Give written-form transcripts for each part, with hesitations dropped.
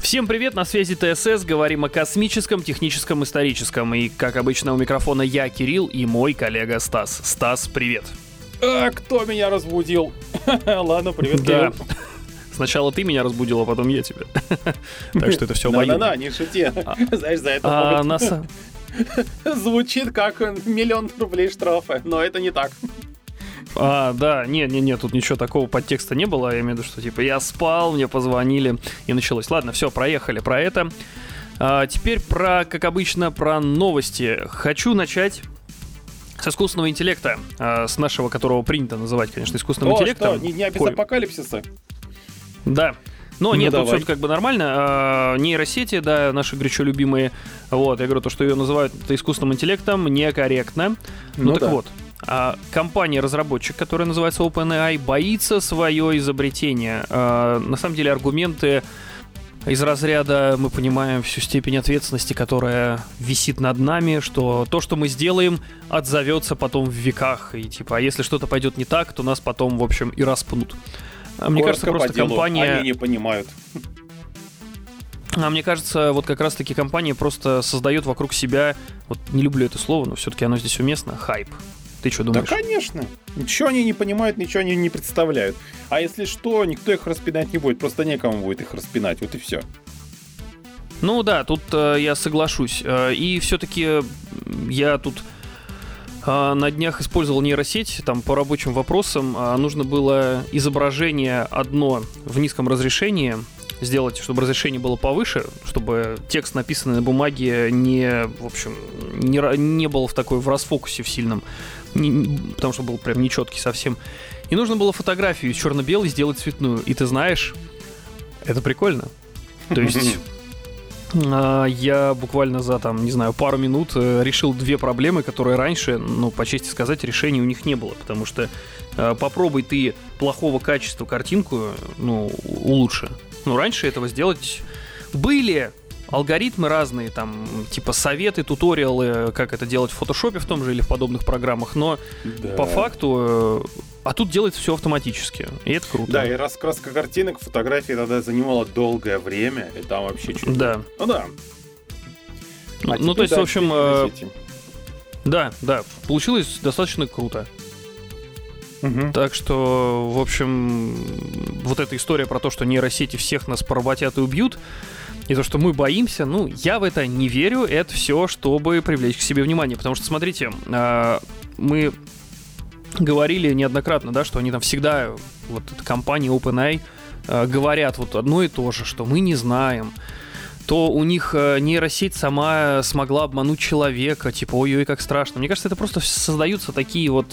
Всем привет, на связи ТСС, говорим о космическом, техническом, историческом. И, как обычно, у микрофона я, Кирилл, и мой коллега Стас. Стас, привет. Кто меня разбудил? Ладно, привет, Кирилл. Сначала ты меня разбудил, а потом я тебя. Так что это все обоюдно. Да-да-да, не шути. Знаешь, за это могут... Звучит как 1 000 000 рублей штрафа, но это не так. Да, не, тут ничего такого подтекста не было. Я имею в виду, что типа я спал, мне позвонили и началось. Ладно, все, проехали про это. Теперь как обычно, про новости. Хочу начать с искусственного интеллекта, с нашего, которого принято называть, конечно, искусственным интеллектом. Что, не без апокалипсиса? Да. Но нет, тут все как бы нормально. Нейросети, да, наши горячо любимые. Вот, я говорю, то, что ее называют искусственным интеллектом, некорректно. Ну так вот. Компания-разработчик, которая называется OpenAI, боится свое изобретение. На самом деле аргументы из разряда мы понимаем всю степень ответственности, которая висит над нами, что то, что мы сделаем, отзовется потом в веках. И типа, а если что-то пойдет не так, то нас потом, в общем, и распнут. Мне кажется, просто компания... Они не понимают. Мне кажется, вот как раз-таки компания просто создает вокруг себя, вот не люблю это слово, но все-таки оно здесь уместно, хайп. Ты что думаешь? Да, конечно. Ничего они не понимают, ничего они не представляют. А если что, никто их распинать не будет, просто некому будет их распинать, вот и все. Ну да, тут я соглашусь. И все-таки я тут на днях использовал нейросеть, там по рабочим вопросам нужно было изображение одно в низком разрешении сделать, чтобы разрешение было повыше, чтобы текст, написанный на бумаге, не был в расфокусе в сильном, потому что был прям нечеткий совсем. И нужно было фотографию из черно-белой сделать цветную. И ты знаешь, это прикольно. То есть я буквально за, пару минут решил 2 проблемы, которые раньше, по чести сказать, решений у них не было. Потому что попробуй ты плохого качества картинку, улучши. Раньше этого сделать были алгоритмы разные, типа советы, туториалы, как это делать в фотошопе в том же или в подобных программах, но по факту... А тут делается все автоматически, и это круто. Да, и раскраска картинок, фотографии тогда занимала долгое время, и там вообще чудо. Да. Да. То есть, в общем... Да, получилось достаточно круто. Угу. Так что, в общем, вот эта история про то, что нейросети всех нас поработят и убьют, и то, что мы боимся, я в это не верю. Это все, чтобы привлечь к себе внимание. Потому что, смотрите, мы говорили неоднократно, да, что они там всегда, вот эта компания OpenAI, говорят вот одно и то же, что мы не знаем. То у них нейросеть сама смогла обмануть человека, типа, ой-ой, как страшно. Мне кажется, это просто создаются такие вот...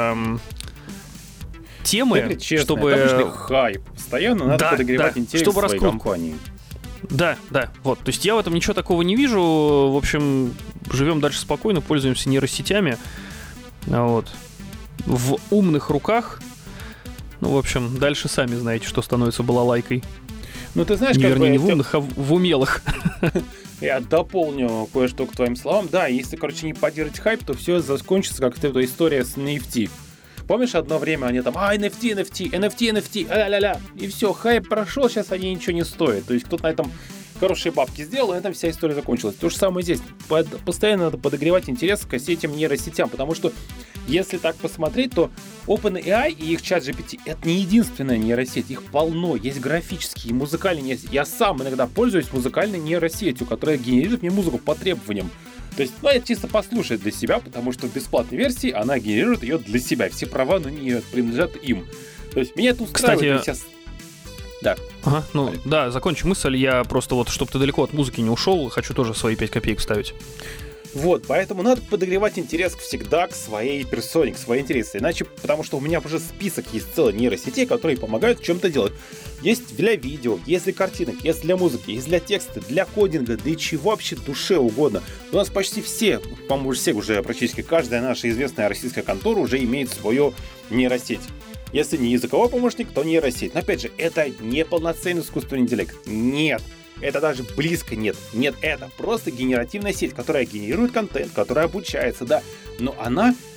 темы, честно, чтобы... Это хайп. Постоянно надо подогревать интерес чтобы своей компании. Да, вот. То есть я в этом ничего такого не вижу. В общем, живем дальше спокойно, пользуемся нейросетями. Вот. В умных руках. В общем, дальше сами знаете, что становится балалайкой. Ты знаешь, вернее, не в умных, а в умелых. Я дополню кое-что к твоим словам. Да, если, не поддерживать хайп, то все закончится, как эта история с NFT. Помнишь, одно время они там, NFT, ля-ля-ля, и все, хайп прошел, сейчас они ничего не стоят. То есть кто-то на этом хорошие бабки сделал, и на этом вся история закончилась. То же самое здесь. Постоянно надо подогревать интерес к этим нейросетям, потому что, если так посмотреть, то OpenAI и их чат GPT — это не единственная нейросеть, их полно. Есть графические, музыкальные нейросети. Я сам иногда пользуюсь музыкальной нейросетью, которая генерирует мне музыку по требованиям. То есть, это чисто послушать для себя, потому что в бесплатной версии она генерирует ее для себя. Все права на нее принадлежат им. То есть, меня это устраивает. Кстати, да. Да, закончу мысль. Я просто чтобы ты далеко от музыки не ушел, хочу тоже свои 5 копеек вставить. Вот, поэтому надо подогревать интерес всегда к своей персоне, к своей интересу. Иначе, потому что у меня уже список есть целый нейросетей, которые помогают в чем-то делать. Есть для видео, есть для картинок, есть для музыки, есть для текста, для кодинга, для чего вообще душе угодно. У нас почти все, по-моему, уже практически каждая наша известная российская контора уже имеет свою нейросеть. Если не языковой помощник, то нейросеть. Но опять же, это не полноценный искусственный интеллект. Нет. Это даже близко нет. Нет, это просто генеративная сеть, которая генерирует контент, которая обучается, да. Но она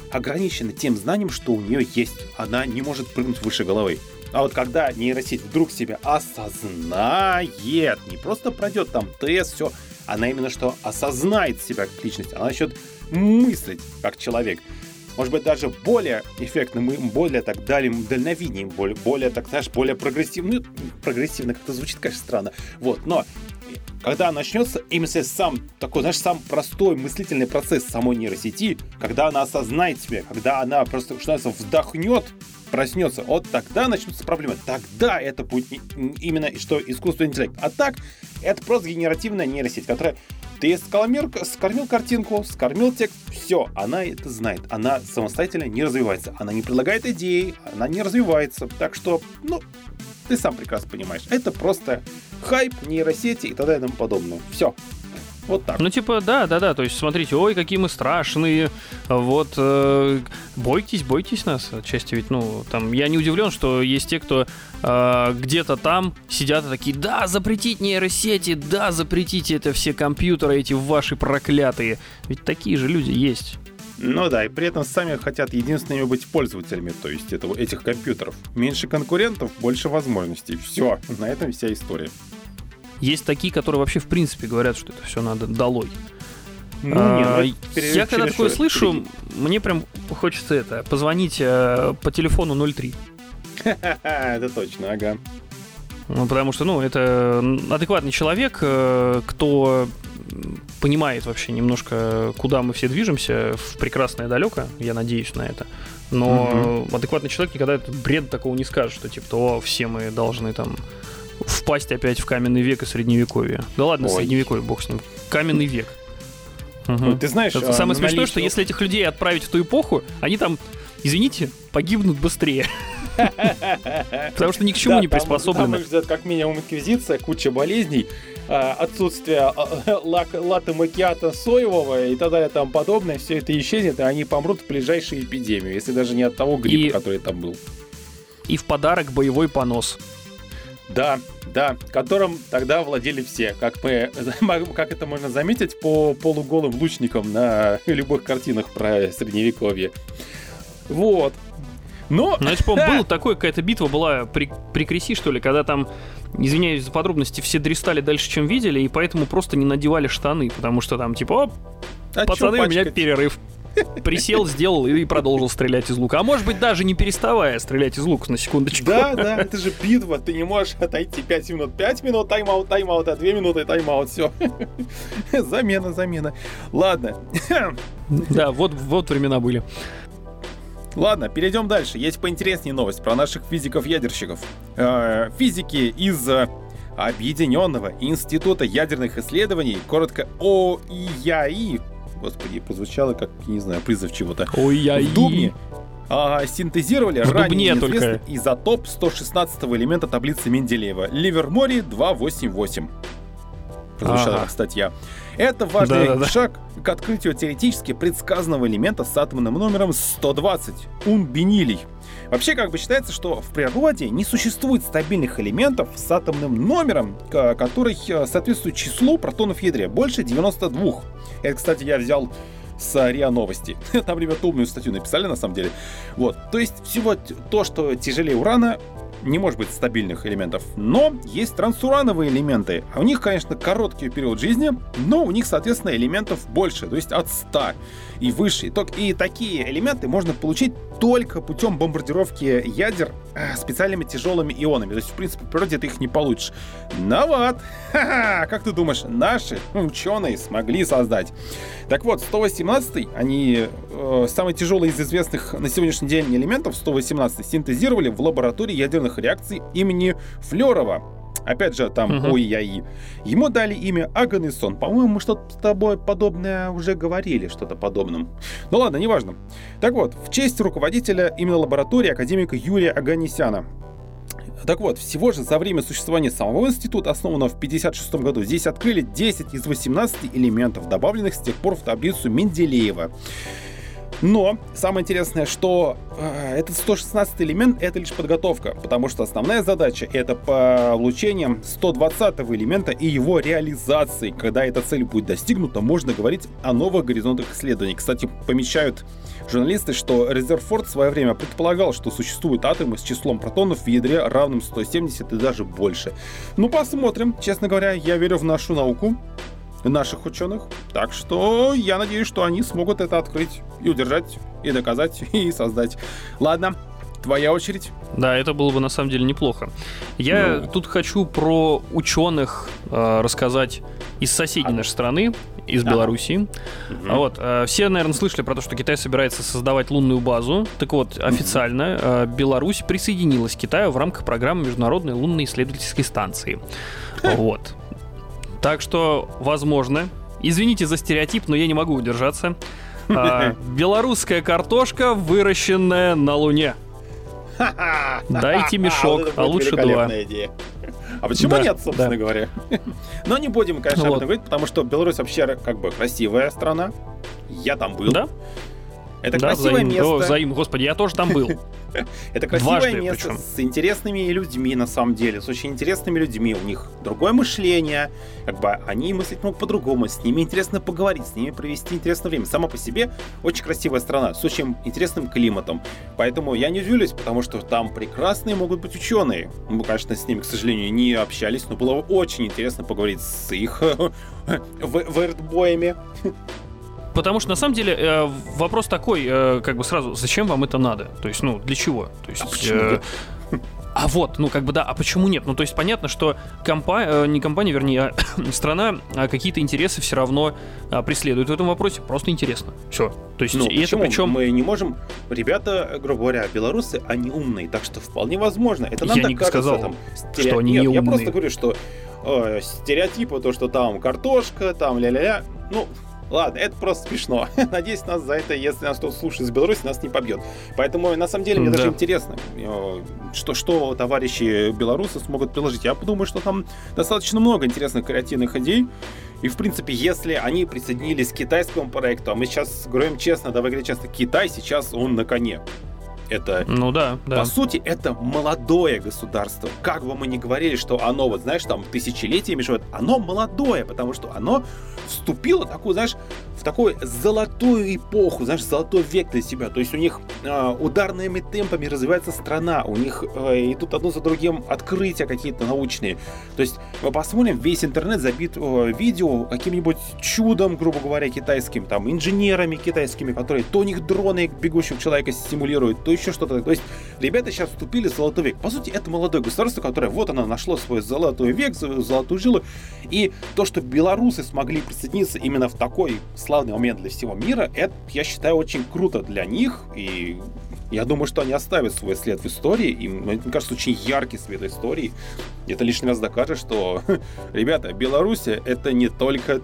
ограничена тем знанием, что у нее есть. Она не может прыгнуть выше головы. А вот когда нейросеть вдруг себя осознает, не просто пройдет там тест, все, она именно что осознает себя как личность, она начнет мыслить как человек. Может быть, даже более эффектным, более так дальновиднее, более так, знаешь, более прогрессивно. Прогрессивно как-то звучит, конечно, странно. Вот, но когда начнется именно сам такой, знаешь, сам простой мыслительный процесс самой нейросети, когда она осознает себя, когда она просто, что называется, вдохнет, проснется, вот тогда начнутся проблемы. Тогда это будет именно что искусственный интеллект. А так, это просто генеративная нейросеть, которая ты скормил картинку, скормил текст, все, она это знает. Она самостоятельно не развивается. Она не предлагает идеи, она не развивается. Так что, ты сам прекрасно понимаешь. Это просто хайп, нейросети и т.д. и тому подобное. Все. Вот так. Да. То есть, смотрите, ой, какие мы страшные. Вот, бойтесь нас. Отчасти ведь, там, я не удивлен, что есть те, кто где-то там сидят и такие, да, запретить нейросети, да, запретите это все компьютеры, эти ваши проклятые. Ведь такие же люди есть. Ну да, и при этом сами хотят единственными быть пользователями, то есть этих компьютеров. Меньше конкурентов, больше возможностей. Все, на этом вся история. Есть такие, которые вообще в принципе говорят, что это все надо долой. Я когда такое слышу, мне прям хочется позвонить по телефону 03. Это точно, ага. Потому что, это адекватный человек, кто понимает вообще немножко, куда мы все движемся в прекрасное далеко, я надеюсь на это. Но адекватный человек никогда этот бред такого не скажет, что типа, все мы должны там впасть опять в каменный век и средневековье. Да ладно, средневековье, бог с ним. Каменный век. Ты знаешь, это самое смешное, что если этих людей отправить в ту эпоху, они там, извините, погибнут быстрее. Потому что ни к чему не приспособлены. Там их ждет как минимум инквизиция, куча болезней, отсутствие латте макиато соевого и так далее, тому подобное. Все это исчезнет, и они помрут в ближайшую эпидемию, если даже не от того гриппа, который там был. И в подарок боевой понос. Да, которым тогда владели все. Как это можно заметить по полуголым лучникам на любых картинах про средневековье. Вот. Но я помню, была какая-то битва была при Креси, что ли, когда там, извиняюсь за подробности, все дристали дальше, чем видели, и поэтому просто не надевали штаны, потому что там типа, пацаны, у меня перерыв. Присел, сделал и продолжил стрелять из лука. А может быть, даже не переставая стрелять из лука, на секундочку. Да, это же битва. Ты не можешь отойти 5 минут, тайм-аут, а 2 минуты, тайм-аут, все. Замена. Ладно. Да, вот времена были. Ладно, перейдем дальше. Есть поинтереснее новость про наших физиков-ядерщиков. Физики из Объединенного института ядерных исследований, коротко ОИЯИ, господи, прозвучало как, не знаю, призыв чего-то. ОИЯИ. В Дубне синтезировали ранее неизвестный изотоп 116-го элемента таблицы Менделеева. Ливерморий-288. Прозвучала статья. Это важный шаг к открытию теоретически предсказанного элемента с атомным номером 120 — унбинилий. Вообще, считается, что в природе не существует стабильных элементов с атомным номером, который соответствует числу протонов в ядре, больше 92. Это, кстати, я взял с РИА Новости. Там ребята умную статью написали, на самом деле. Вот. То есть всего то, что тяжелее урана, не может быть стабильных элементов. Но есть трансурановые элементы. У них, конечно, короткий период жизни, но у них, соответственно, элементов больше, то есть от 100 и выше. И такие элементы можно получить только путем бомбардировки ядер специальными тяжелыми ионами. То есть, в принципе, в природе ты их не получишь. Но вот, как ты думаешь, наши ученые смогли создать. Так вот, 118-й, они самый тяжелый из известных на сегодняшний день элементов, 118-й, синтезировали в лаборатории ядерных реакций имени Флёрова. Опять же, там ОИЯИ. Ему дали имя Оганесон. По-моему, мы что-то с тобой подобное уже говорили, что-то подобном. Ну ладно, неважно. Так вот, в честь руководителя именно лаборатории академика Юрия Оганесяна. Так вот, всего же за время существования самого института, основанного в 1956 году, здесь открыли 10 из 18 элементов, добавленных с тех пор в таблицу Менделеева. Но самое интересное, что этот 116 элемент — это лишь подготовка, потому что основная задача — это получение 120 элемента и его реализации. Когда эта цель будет достигнута, можно говорить о новых горизонтах исследований. Кстати, помечают журналисты, что Резерфорд в свое время предполагал, что существуют атомы с числом протонов в ядре равным 170 и даже больше. Ну, посмотрим. Честно говоря, я верю в нашу науку, наших ученых. Так что я надеюсь, что они смогут это открыть и удержать, и доказать, и создать. Ладно, твоя очередь. Да, это было бы на самом деле неплохо. Я тут хочу про ученых рассказать из соседней нашей страны, из Белоруссии. Вот, все, наверное, слышали про то, что Китай собирается создавать лунную базу. Так вот, официально Беларусь присоединилась к Китаю в рамках программы Международной лунной исследовательской станции. Вот. Так что, возможно, извините за стереотип, но я не могу удержаться. Белорусская картошка, выращенная на Луне. Дайте мешок, а лучше два. Идея. А почему нет, собственно говоря? Но не будем, конечно, об этом говорить, потому что Беларусь вообще как бы красивая страна. Я там был. Да? Это красивое место. Господи, я тоже там был. Это красивое место с интересными людьми, на самом деле, с очень интересными людьми. У них другое мышление, как бы они мыслят по-другому, с ними интересно поговорить, с ними провести интересное время. Сама по себе очень красивая страна, с очень интересным климатом. Поэтому я не удивлюсь, потому что там прекрасные могут быть ученые. Мы, конечно, с ними, к сожалению, не общались, но было очень интересно поговорить с их вэрдбоями. Потому что, на самом деле, вопрос такой, как бы сразу, зачем вам это надо? То есть, ну, для чего? То есть, а вот, ну, как бы, да, а почему нет? Ну, то есть, понятно, что не компания, вернее, а страна какие-то интересы все равно преследует в этом вопросе. Просто интересно. Все. То есть, и это причем... Мы не можем... Ребята, грубо говоря, белорусы, они умные, так что вполне возможно. Это нам я не сказал, там, что они не умные. Я просто говорю, что стереотипы, то, что там картошка, там ля-ля-ля, ну... Ладно, это просто смешно. Надеюсь, нас за это, если нас кто-то слушает из Беларуси, нас не побьет. Поэтому, на самом деле, мне даже интересно, что товарищи белорусы смогут приложить. Я подумаю, что там достаточно много интересных креативных идей. И, в принципе, если они присоединились к китайскому проекту, а мы сейчас говорим честно, давай говорить честно, Китай сейчас, он на коне. Это, ну да. По сути, это молодое государство. Как бы мы ни говорили, что оно, вот знаешь, там тысячелетиями живет, оно молодое, потому что оно вступило такую, знаешь, в такую золотую эпоху, знаешь, золотой век для себя. То есть у них ударными темпами развивается страна, у них идут одно за другим открытия какие-то научные. То есть мы посмотрим, весь интернет забит видео каким-нибудь чудом, грубо говоря, китайским, там, инженерами китайскими, которые то у них дроны бегущего человека стимулируют, то еще что-то. То есть ребята сейчас вступили в золотой век. По сути, это молодое государство, которое вот оно нашло свой золотой век, золотую жилу. И то, что белорусы смогли присоединиться именно в такой славный момент для всего мира, это, я считаю, очень круто для них. И я думаю, что они оставят свой след в истории. И, мне кажется, очень яркий след в истории. Это лишний раз докажет, что, ребята, Белоруссия — это не только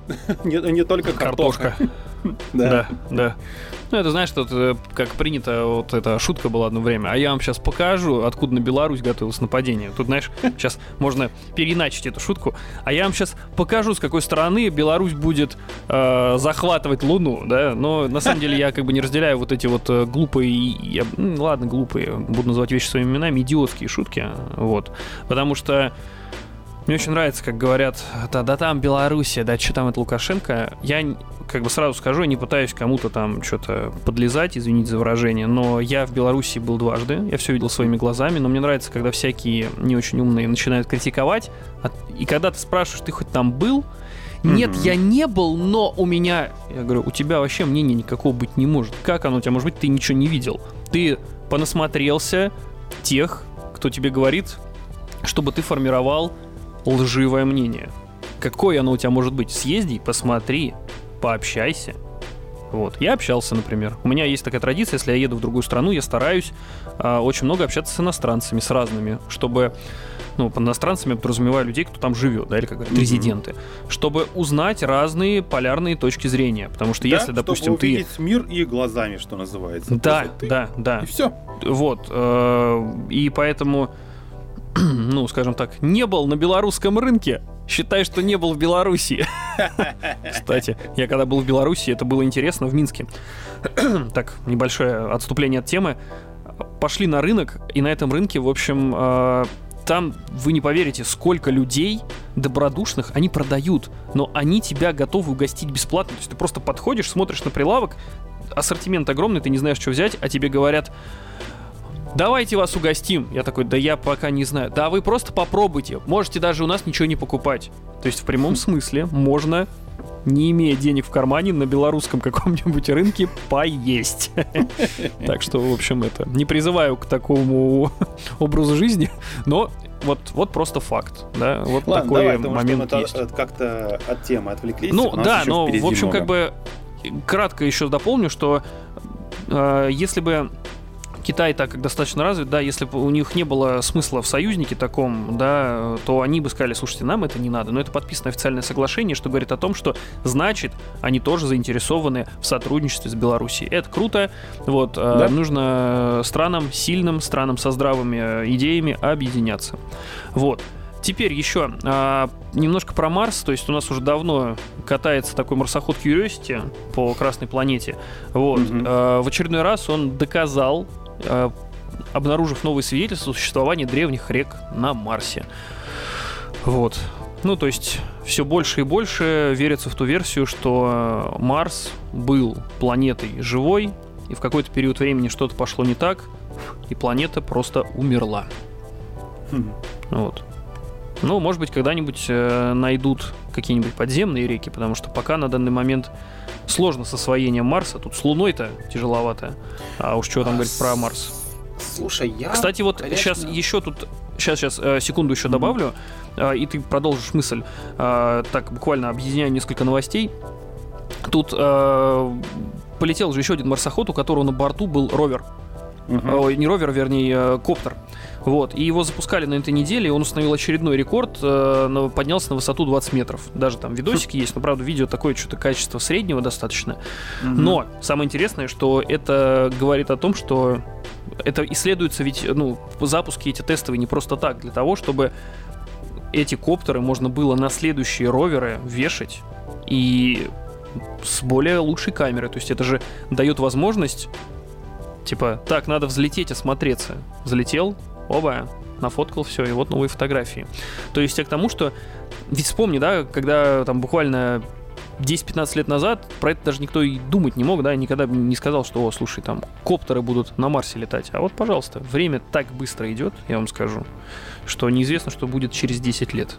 картошка. Да. Ну, это, знаешь, тут, как принято, вот эта шутка была одно время. А я вам сейчас покажу, откуда на Беларусь готовилось нападение. Тут, знаешь, сейчас можно переиначить эту шутку. А я вам сейчас покажу, с какой стороны Беларусь будет захватывать Луну, да. Но, на самом деле, я как бы не разделяю вот эти вот глупые, глупые, буду называть вещи своими именами, идиотские шутки, вот. Потому что мне очень нравится, как говорят, да там Белоруссия, да что там это Лукашенко. Я как бы сразу скажу, я не пытаюсь кому-то там что-то подлезать, извините за выражение, но я в Белоруссии был дважды, я все видел своими глазами, но мне нравится, когда всякие не очень умные начинают критиковать, и когда ты спрашиваешь, ты хоть там был? Нет, я не был, но у меня... Я говорю, у тебя вообще мнения никакого быть не может. Как оно у тебя может быть? Ты ничего не видел. Ты понасмотрелся тех, кто тебе говорит, чтобы ты формировал лживое мнение. Какое оно у тебя может быть? Съезди, посмотри, пообщайся. Вот. Я общался, например. У меня есть такая традиция, если я еду в другую страну, я стараюсь очень много общаться с иностранцами, с разными, чтобы... Ну, под иностранцами я подразумеваю людей, кто там живет, да, или, как говорят, резиденты, чтобы узнать разные полярные точки зрения. Потому что если, допустим, чтобы увидеть мир и глазами, что называется. Да. И все. Вот. И поэтому... ну, скажем так, не был на белорусском рынке, Считай, что не был в Белоруссии. Кстати, я когда был в Беларуси, это было интересно, в Минске. Так, небольшое отступление от темы. Пошли на рынок, и на этом рынке, в общем, там, вы не поверите, сколько людей добродушных они продают, но они тебя готовы угостить бесплатно. То есть ты просто подходишь, смотришь на прилавок, ассортимент огромный, ты не знаешь, что взять, а тебе говорят: давайте вас угостим. Я такой: да я пока не знаю. Да вы просто попробуйте, можете даже у нас ничего не покупать. То есть в прямом смысле можно, не имея денег в кармане, на белорусском каком-нибудь рынке поесть. Так что, в общем, это не призываю к такому образу жизни, но вот просто факт, да, вот такой момент есть. Как-то от темы отвлеклись. Ну да, но в общем как бы кратко еще дополню, что если бы Китай так как достаточно развит, да, если бы у них не было смысла в союзнике таком, да, то они бы сказали: слушайте, нам это не надо. Но это подписано официальное соглашение, что говорит о том, что значит, они тоже заинтересованы в сотрудничестве с Белоруссией. Это круто. Вот, да? Нужно странам сильным, странам со здравыми идеями объединяться. Вот. Теперь еще немножко про Марс. То есть у нас уже давно катается такой марсоход Curiosity по Красной планете. Вот. В очередной раз он доказал, обнаружив новые свидетельства существования древних рек на Марсе. Вот. Ну, то есть все больше и больше верится в ту версию, что Марс был планетой живой, и в какой-то период времени что-то пошло не так, и планета просто умерла. Вот. Ну, может быть, когда-нибудь найдут какие-нибудь подземные реки, потому что пока на данный момент сложно с освоением Марса. Тут с Луной-то тяжеловато. А уж что там говорить про Марс. Слушай, Кстати, вот сейчас еще тут... Сейчас, секунду еще добавлю, и ты продолжишь мысль. Так, буквально объединяю несколько новостей. Тут полетел же еще один марсоход, у которого на борту был ровер. Не ровер, вернее, коптер. Вот. И его запускали на этой неделе, и он установил очередной рекорд, поднялся на высоту 20 метров. Даже там видосики есть, но, правда, видео такое что-то качество среднего достаточно. Но самое интересное, что это говорит о том, что это исследуется, ведь, ну, запуски эти тестовые не просто так, для того, чтобы эти коптеры можно было на следующие роверы вешать и с более лучшей камерой. То есть это же дает возможность, типа, так, надо взлететь, осмотреться. Взлетел, оба, нафоткал, все, и вот новые фотографии. То есть я к тому, что... Ведь вспомни, да, когда там буквально 10-15 лет назад про это даже никто и думать не мог, да, никогда бы не сказал, что, о, слушай, там, коптеры будут на Марсе летать. А вот, пожалуйста, время так быстро идет, я вам скажу, что неизвестно, что будет через 10 лет.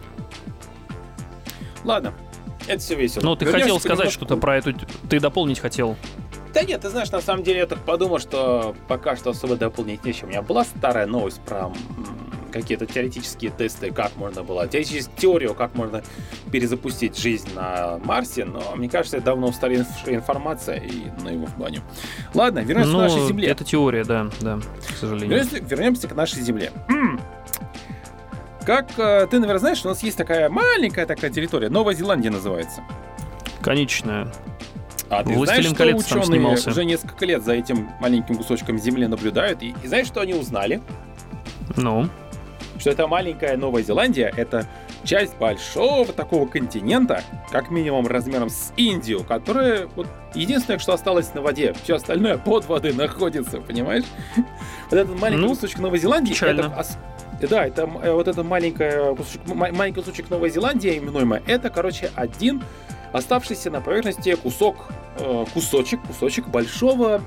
Ладно, это все весело. Ну, ты хотел сказать что-то про эту... Ты дополнить хотел. Да нет, ты знаешь, на самом деле я так подумал, что пока что особо дополнить нечем. У меня была старая новость про какие-то теоретические тесты, как можно было, теорию, как можно перезапустить жизнь на Марсе, но мне кажется, это давно устаревшая информация, и на его в баню. Ладно, вернемся к нашей Земле. Это теория, да, к сожалению. Вернемся к нашей Земле. Как ты, наверное, знаешь, у нас есть такая маленькая такая территория, Новая Зеландия называется. Конечная. А ты знаешь, что ученые уже несколько лет за этим маленьким кусочком земли наблюдают, и знаешь, что они узнали? Ну? Что эта маленькая Новая Зеландия — это часть большого такого континента, как минимум размером с Индию, которая вот единственное, что осталось на воде, все остальное под водой находится, понимаешь? Вот этот маленький кусочек Новой Зеландии, это вот этот маленький кусочек Новой Зеландии, именуемый, это, короче, один оставшийся на поверхности кусочек большого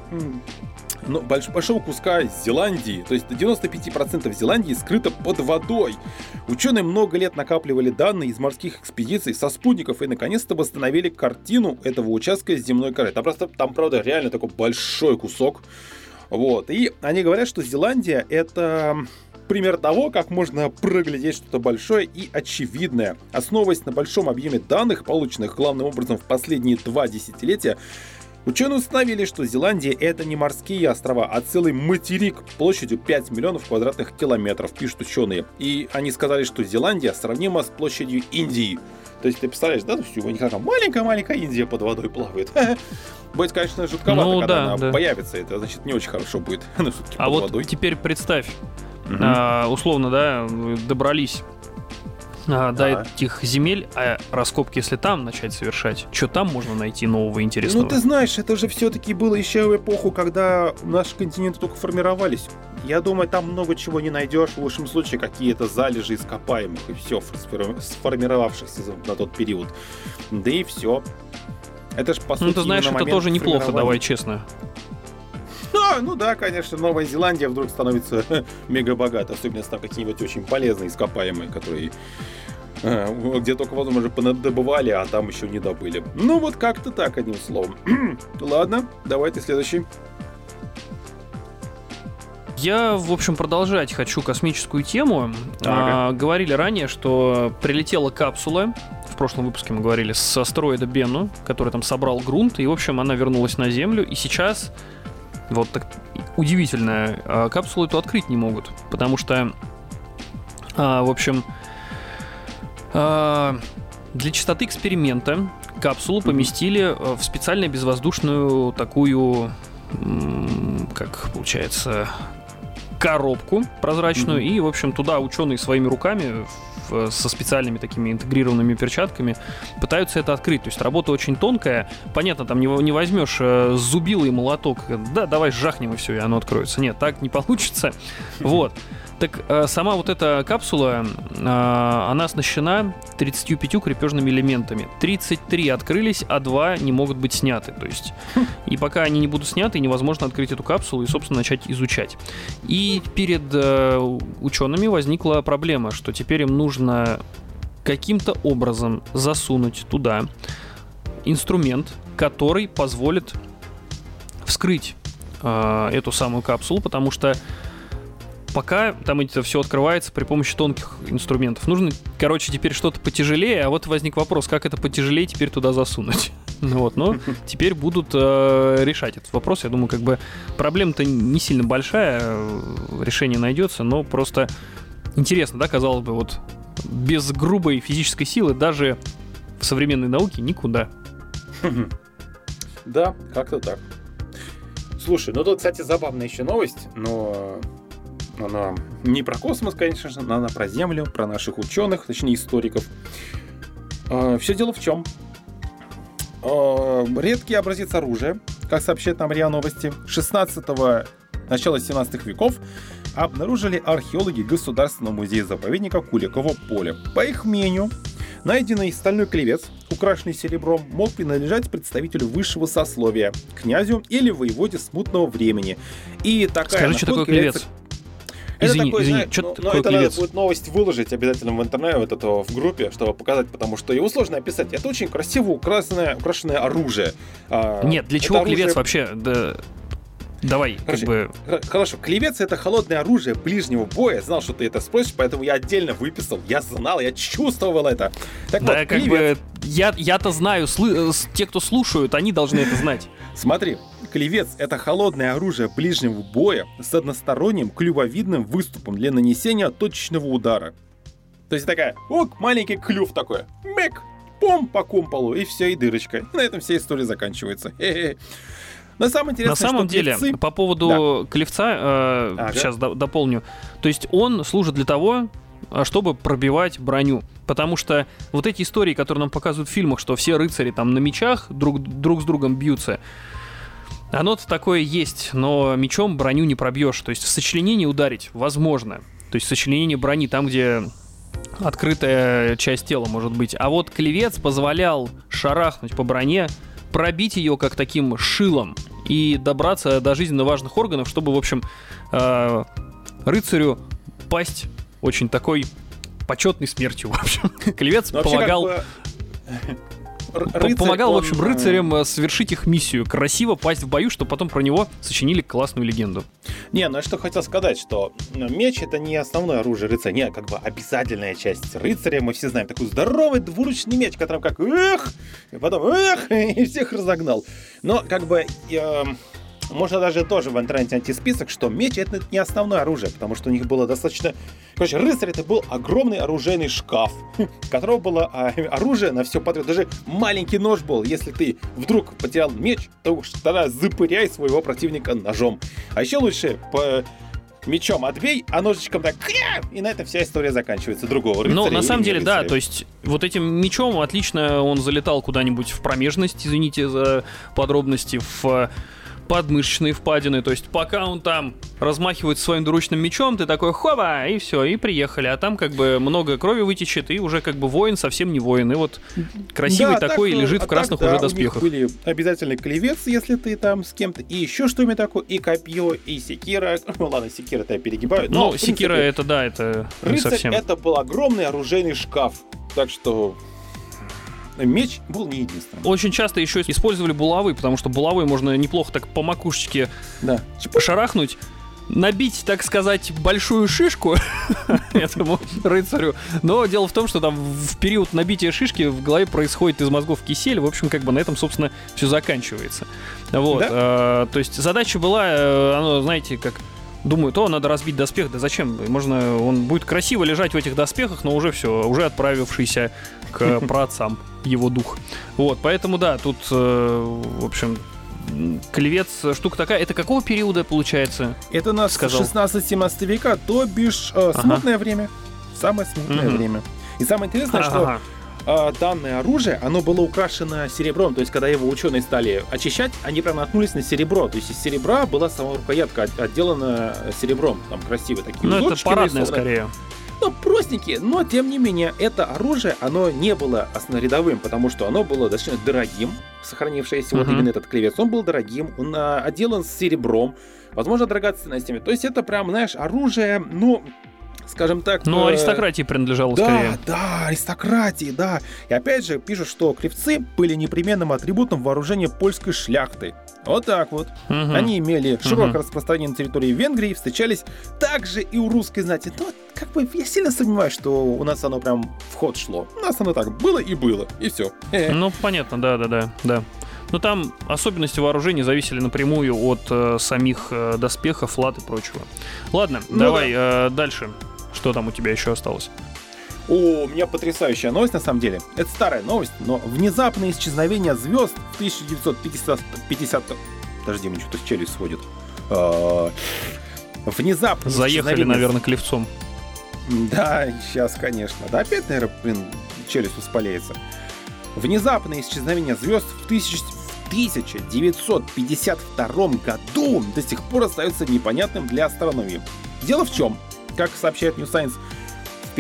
куска Зеландии. То есть 95% Зеландии скрыто под водой. Ученые много лет накапливали данные из морских экспедиций со спутников и наконец-то восстановили картину этого участка земной коры. Там, правда, реально такой большой кусок. Вот. И они говорят, что Зеландия — это пример того, как можно проглядеть что-то большое и очевидное. Основываясь на большом объеме данных, полученных главным образом в последние 2 десятилетия, ученые установили, что Зеландия — это не морские острова, а целый материк площадью 5 миллионов квадратных километров, пишут ученые. И они сказали, что Зеландия сравнима с площадью Индии. То есть ты представляешь, да, у них такая маленькая Индия под водой плавает. Будет, конечно, жутковато, когда она появится. Это, значит, не очень хорошо будет. А вот теперь представь, условно, да, добрались до этих земель, а раскопки, если там начать совершать, что там можно найти нового интересного? Ну, ты знаешь, это же все-таки было еще в эпоху, когда наши континенты только формировались. Я думаю, там много чего не найдешь, в лучшем случае какие-то залежи ископаемых, и все, сформировавшихся на тот период. Да и все. Это ж, по сути, ты знаешь, это тоже неплохо, давай честно. Ну да, конечно, Новая Зеландия вдруг становится мега богатой, особенно если там какие-нибудь очень полезные ископаемые, которые где только, возможно, понадобывали, а там еще не добыли. Ну вот как-то так, одним словом. Ладно, давайте следующий. Я, в общем, продолжать хочу космическую тему. Говорили ранее, что прилетела капсула, в прошлом выпуске мы говорили, с астероида Бенну, который там собрал грунт, и, в общем, она вернулась на Землю, и сейчас вот так удивительно, капсулу эту открыть не могут, потому что, в общем, для чистоты эксперимента капсулу поместили в специальную безвоздушную такую, как получается, коробку прозрачную, и, в общем, туда ученые своими руками со специальными такими интегрированными перчатками пытаются это открыть. То есть работа очень тонкая. Понятно, там не возьмешь зубило и молоток. Да, давай жахнем и все, и оно откроется. Нет, так не получится. Вот. Так сама вот эта капсула, она оснащена 35 крепежными элементами. 33 открылись, а 2 не могут быть сняты. То есть, и пока они не будут сняты, невозможно открыть эту капсулу и, собственно, начать изучать. И перед учеными возникла проблема, что теперь им нужно каким-то образом засунуть туда инструмент, который позволит вскрыть эту самую капсулу, потому что пока там это все открывается при помощи тонких инструментов. Нужно, короче, теперь что-то потяжелее, а вот возник вопрос, как это потяжелее теперь туда засунуть. Вот, но теперь будут решать этот вопрос. Я думаю, как бы проблема-то не сильно большая, решение найдется, но просто интересно, да, казалось бы, вот без грубой физической силы даже в современной науке никуда. Да, как-то так. Слушай, ну тут, кстати, забавная еще новость, но она не про космос, конечно же, но она про Землю, про наших ученых, точнее историков. Все дело в чем? Редкий образец оружия, как сообщает нам РИА Новости, 16-го, начала 17 веков обнаружили археологи Государственного музея-заповедника Куликово поле. По их мнению, найденный стальной клевец, украшенный серебром, мог принадлежать представителю высшего сословия, князю или воеводе смутного времени. И такая Скажи, что такое клевец? Извини, что такое это клевец? Надо будет новость выложить обязательно в интернете, вот это в группе, чтобы показать, потому что его сложно описать. Это очень красиво украшенное оружие. Нет, для чего клевец вообще? Да... Давай, короче, хорошо, клевец — это холодное оружие ближнего боя. Знал, что ты это спросишь, поэтому я отдельно выписал. Я знал, я чувствовал это. Так да, вот, как клевец... бы я-то знаю, те, кто слушают, они должны это знать. Смотри, клевец — это холодное оружие ближнего боя с односторонним клювовидным выступом для нанесения точечного удара. То есть такая, маленький клюв такой, мек, пом по кумполу, и все, и дырочка. И на этом вся история заканчивается. Но самое интересное, на самом деле, клевцы... по поводу клевца, сейчас дополню, то есть он служит для того, чтобы пробивать броню. Потому что вот эти истории, которые нам показывают в фильмах, что все рыцари там на мечах друг с другом бьются, оно-то такое есть, но мечом броню не пробьешь. То есть в сочленении ударить возможно. То есть сочленение брони там, где открытая часть тела может быть. А вот клевец позволял шарахнуть по броне, пробить ее как таким шилом и добраться до жизненно важных органов, чтобы, в общем, рыцарю пасть очень такой почетной смертью, в общем. Клевец помогал... Помогал, в общем, рыцарям совершить их миссию, красиво пасть в бою, чтобы потом про него сочинили классную легенду. Не, ну я что хотел сказать, что меч — это не основное оружие рыцаря, не, как бы обязательная часть рыцаря. Мы все знаем такой здоровый двуручный меч, которым как и потом и всех разогнал. Но как бы... Можно даже тоже в интернете найти список, что меч — это не основное оружие, потому что у них было достаточно... Короче, рыцарь — это был огромный оружейный шкаф, у которого было оружие на все подряд. Даже маленький нож был. Если ты вдруг потерял меч, то уж тогда запыряй своего противника ножом. А еще лучше мечом отбей, а ножичком так, и на этом вся история заканчивается. Другого рыцаря. Ну, на самом деле, да, рыцаря. то есть вот этим мечом отлично он залетал куда-нибудь в промежность, извините за подробности, в подмышечные впадины, то есть пока он там размахивает своим двуручным мечом, ты такой хоба, и все, и приехали, а там как бы много крови вытечет, и уже как бы воин совсем не воин, и вот красивый Да, такой так, лежит в красных так, уже да, доспехах. У них были обязательно клевец, если ты там с кем-то, и еще что-нибудь такое, и копье, и секира. Ну ладно, секира-то я перегибаю. Ну, в секира принципе, это, да, это не рыцарь совсем. это был огромный оружейный шкаф, так что меч был не единственным. Очень часто еще использовали булавы, потому что булавой можно неплохо так по макушечке Да. шарахнуть, набить, так сказать, большую шишку этому рыцарю. Но дело в том, что там в период набития шишки в голове происходит из мозгов кисель. В общем, как бы на этом, собственно, все заканчивается. Вот. То есть задача была, оно, знаете, как думают, надо разбить доспех. Да зачем? Можно, он будет красиво лежать в этих доспехах, но уже все, уже отправившийся к праотцам его дух. Вот, поэтому да, тут, в общем, клевец, штука такая. Это какого периода получается? Это у нас сказал? 16-17 века, то бишь смутное время. Самое смутное время. И самое интересное, что данное оружие, оно было украшено серебром. То есть, когда его ученые стали очищать, они прям наткнулись на серебро. То есть, из серебра была сама рукоятка отделана серебром. Там красивые такие Ну, это узорчики парадное нарисованы. скорее. Ну, простенькие, но, тем не менее, это оружие, оно не было основно-рядовым, потому что оно было достаточно дорогим, сохранившееся вот именно этот клевец. Он был дорогим, он отделан серебром, возможно, драгоценностями. То есть, это прям, знаешь, оружие, ну, скажем так... Ну, аристократии принадлежало скорее. Да, аристократии, да. И опять же, пишут, что клевцы были непременным атрибутом вооружения польской шляхты. Вот так вот. Они имели широкое распространение на территории Венгрии, встречались также и у русской знати. Но как бы я сильно сомневаюсь, что у нас оно прям в ход шло. У нас оно так было, и все. Ну, понятно, да. Но там особенности вооружения зависели напрямую от самих доспехов, лад и прочего. Ладно, давай дальше. Что там у тебя еще осталось? У меня потрясающая новость, на самом деле. Это старая новость, но внезапное исчезновение звезд в 1950... Подожди, мне что-то челюсть сводит. Внезапно заехали, наверное, клевцом. Да, сейчас, конечно. Да, опять, наверное, челюсть воспаляется. Внезапное исчезновение звезд в 1952 году до сих пор остается непонятным для астрономии. Дело в чем? Как сообщает New Science, в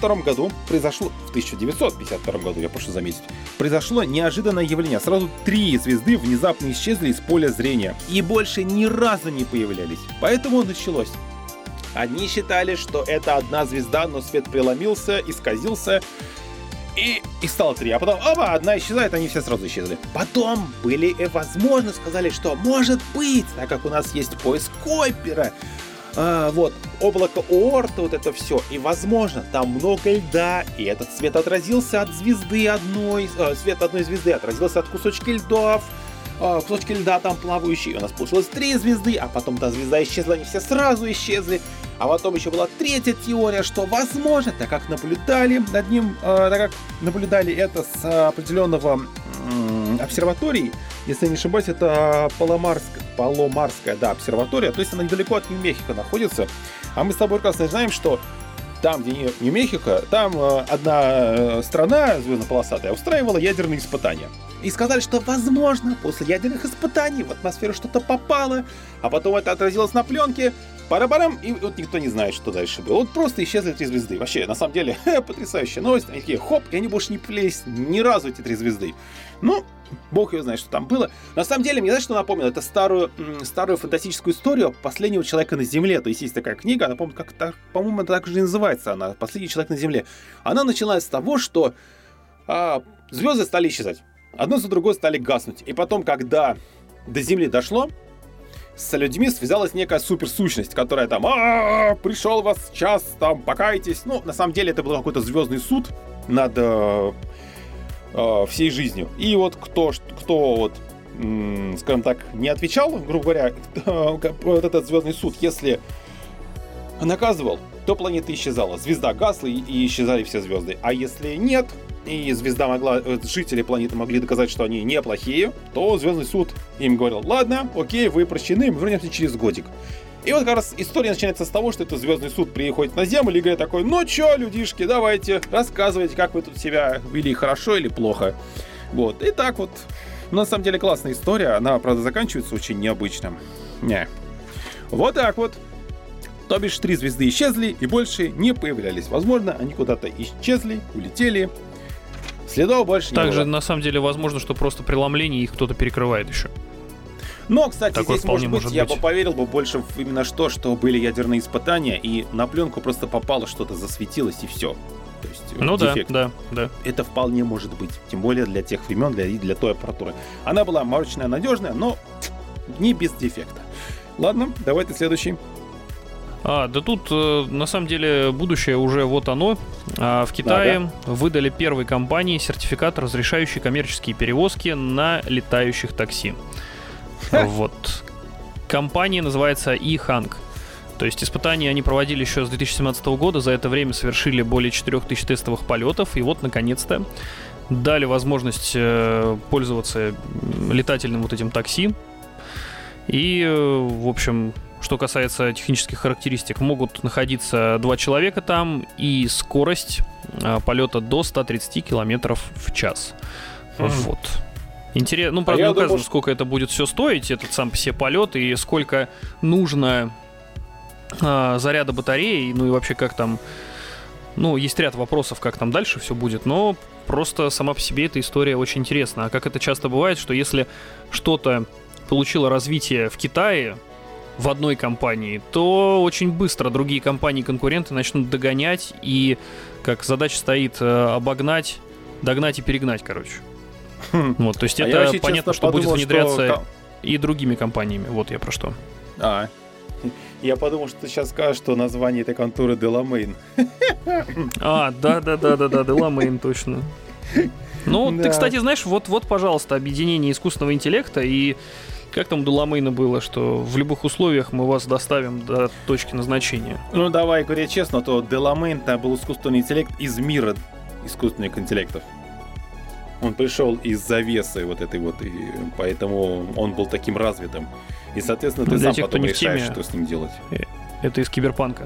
1952 году, я прошу заметить, произошло неожиданное явление. Сразу 3 звезды внезапно исчезли из поля зрения и больше ни разу не появлялись. Поэтому началось. Одни считали, что это одна звезда, но свет преломился, исказился, и стало 3. А потом, одна исчезает, они все сразу исчезли. Потом были, возможно, сказали, что может быть, так как у нас есть пояс Койпера, вот, облако Оорта, вот это все, и, возможно, там много льда, и этот свет отразился от звезды одной, свет одной звезды отразился от кусочки льдов, кусочки льда там плавающие, у нас получилось 3 звезды, а потом та звезда исчезла, они все сразу исчезли, а потом еще была 3-я теория, что, возможно, так как наблюдали над ним, так как наблюдали это с определенного обсерватории, если я не ошибаюсь, это Паломарская, да, обсерватория, то есть она недалеко от Нью-Мехико находится, а мы с тобой прекрасно знаем, что там, где Нью-Мехико, там одна страна звездно-полосатая устраивала ядерные испытания. И сказали, что, возможно, после ядерных испытаний в атмосферу что-то попало, а потом это отразилось на пленке, пара-барам, и вот никто не знает, что дальше было. Вот просто исчезли 3 звезды. Вообще, на самом деле, потрясающая новость. Они такие, хоп, и они больше не появились ни разу, эти 3 звезды. Ну, бог его знает, что там было. На самом деле, мне знаешь, что напомнило? Это старую фантастическую историю последнего человека на Земле. То есть есть такая книга, она, по-моему, так же и называется она, «Последний человек на Земле». Она началась с того, что звезды стали исчезать. Одно за другой стали гаснуть. И потом, когда до Земли дошло, с людьми связалась некая суперсущность, которая там, пришел вас час, там, покайтесь. Ну, на самом деле, это был какой-то звездный суд над всей жизнью. И вот кто вот, скажем так, не отвечал, грубо говоря, вот этот звездный суд, если наказывал, то планета исчезала. Звезда гасла, и исчезали все звезды. А если нет, и звезда жители планеты могли доказать, что они неплохие, то звездный суд им говорил, ладно, окей, вы прощены, мы вернемся через годик. И вот как раз история начинается с того, что это Звездный суд приходит на Землю и говорит такой: ну чё, людишки, давайте, рассказывайте, как вы тут себя вели, хорошо или плохо. Вот, и так вот. На самом деле классная история, она, правда, заканчивается очень необычно. Не. Вот так вот. То бишь 3 звезды исчезли и больше не появлялись. Возможно, они куда-то исчезли, улетели. Следов больше не было. Также, на самом деле, возможно, что просто преломление их кто-то перекрывает еще. Но, кстати, такое здесь, может быть, я бы быть. поверил бы больше в именно что были ядерные испытания, и на пленку просто попало, что-то засветилось, и все. То есть, ну дефект. Да. Это вполне может быть. Тем более для тех времен, для той аппаратуры. Она была мощная, надежная, но не без дефекта. Ладно, давайте следующий. Да тут, на самом деле, будущее уже вот оно. В Китае выдали первой компании сертификат, разрешающий коммерческие перевозки на летающих такси. Вот. Компания называется E-Hang. То есть испытания они проводили еще с 2017 года. За это время совершили более 4000 тестовых полетов. И вот, наконец-то, дали возможность пользоваться летательным вот этим такси. И, в общем... Что касается технических характеристик, могут находиться 2 человека там, и скорость полета до 130 км в час. Вот. Интересно, ну, правда, не указано, сколько это будет все стоить, этот сам по себе полет, и сколько нужно заряда батареи, ну и вообще как там... Ну, есть ряд вопросов, как там дальше все будет, но просто сама по себе эта история очень интересна. А как это часто бывает, что если что-то получило развитие в Китае, в одной компании, то очень быстро другие компании-конкуренты начнут догонять, и как задача стоит обогнать, догнать и перегнать, короче. Вот, то есть это понятно, что будет внедряться и другими компаниями. Вот я про что. Я подумал, что ты сейчас скажешь, что название этой конторы Делamain. Да, Делamain, точно. Ну, ты, кстати, знаешь, вот, пожалуйста, объединение искусственного интеллекта и как там у Деламейна было, что в любых условиях мы вас доставим до точки назначения? Ну, давай говоря честно, то Деламейн там был искусственный интеллект из мира искусственных интеллектов. Он пришел из завесы вот этой вот, и поэтому он был таким развитым. И, соответственно, ты сам потом решаешь, что с ним делать. Это из Киберпанка.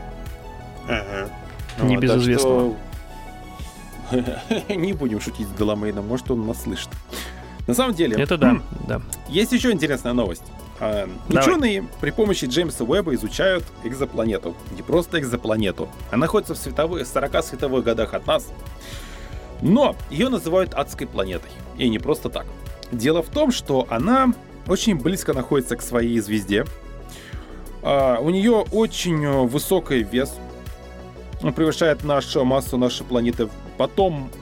Ага. Небезызвестного. Не будем шутить с Деламейном, может, он нас слышит. На самом деле, это да. Есть еще интересная новость. Ученые при помощи Джеймса Уэбба изучают экзопланету. Не просто экзопланету. Она находится в 40 световых годах от нас. Но ее называют адской планетой. И не просто так. Дело в том, что она очень близко находится к своей звезде. У нее очень высокий вес. Он превышает массу нашей планеты. Потом...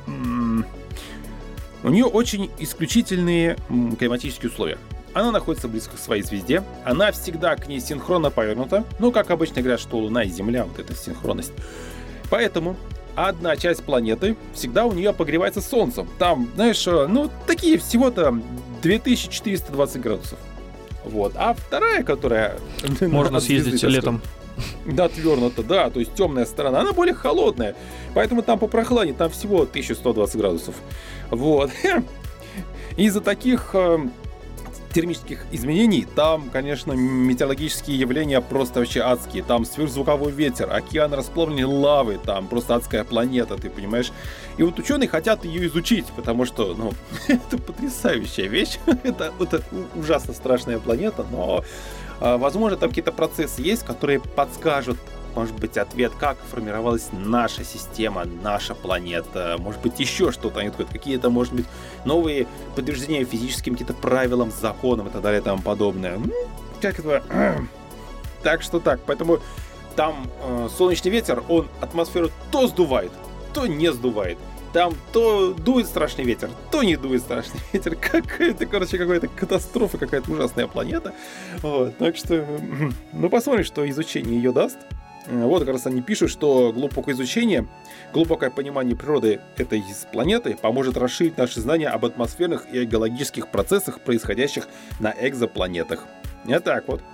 У нее очень исключительные климатические условия. Она находится близко к своей звезде. Она всегда к ней синхронно повернута. Ну, как обычно говорят, что Луна и Земля, вот эта синхронность. Поэтому одна часть планеты всегда у нее погревается солнцем. Там, знаешь, такие всего-то 2420 градусов. Вот. А вторая, которая... Можно съездить летом. Да, отвернута, да, то есть темная сторона, она более холодная, поэтому там попрохладнее, там всего 1120 градусов. Вот. Из-за таких термических изменений там, конечно, метеорологические явления просто вообще адские. Там сверхзвуковой ветер, океан расплавленной лавы, там просто адская планета, ты понимаешь. И вот ученые хотят ее изучить, потому что, это потрясающая вещь. Это ужасно страшная планета, но, возможно, там какие-то процессы есть, которые подскажут, может быть, ответ, как формировалась наша система, наша планета, может быть, еще что-то, какие-то, может быть, новые подтверждения физическим каким-то правилам, законам и так далее и тому подобное. Как это? Так что так, поэтому там солнечный ветер, он атмосферу то сдувает, то не сдувает. Там то дует страшный ветер, то не дует страшный ветер. Какая-то катастрофа, какая-то ужасная планета. Вот, так что, посмотрим, что изучение ее даст. Вот как раз они пишут, что глубокое изучение, глубокое понимание природы этой планеты поможет расширить наши знания об атмосферных и экологических процессах, происходящих на экзопланетах. Вот так вот.